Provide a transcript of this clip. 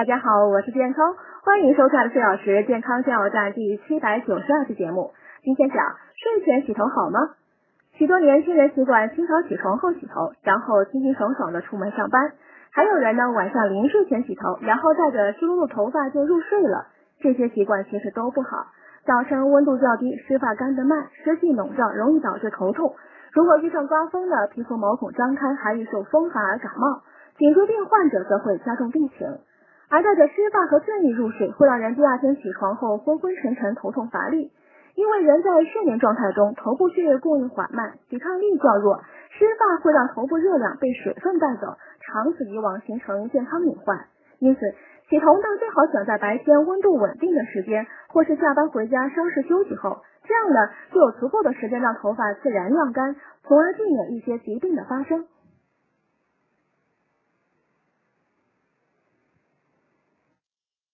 大家好，我是健康，欢迎收看4小时健康加油站第792期节目。今天讲睡前洗头好吗？许多年轻人习惯清早起床后洗头，然后清清爽爽的出门上班。还有人呢，晚上临睡前洗头，然后带着湿漉漉头发就入睡了。这些习惯其实都不好。早晨温度较低，湿发干得慢，湿气笼罩，容易导致头痛。如果遇上刮风呢，皮肤毛孔张开，还易受风寒而感冒。颈椎病患者则会加重病情。而带着湿发和醉意入睡，会让人第二天起床后昏昏沉沉、头痛乏力。因为人在睡眠状态中，头部血液供应缓慢，抵抗力较弱，湿发会让头部热量被水分带走，长此以往形成健康隐患。因此，洗头呢最好选在白天温度稳定的时间，或是下班回家稍事休息后，这样呢就有足够的时间让头发自然晾干，从而避免一些疾病的发生。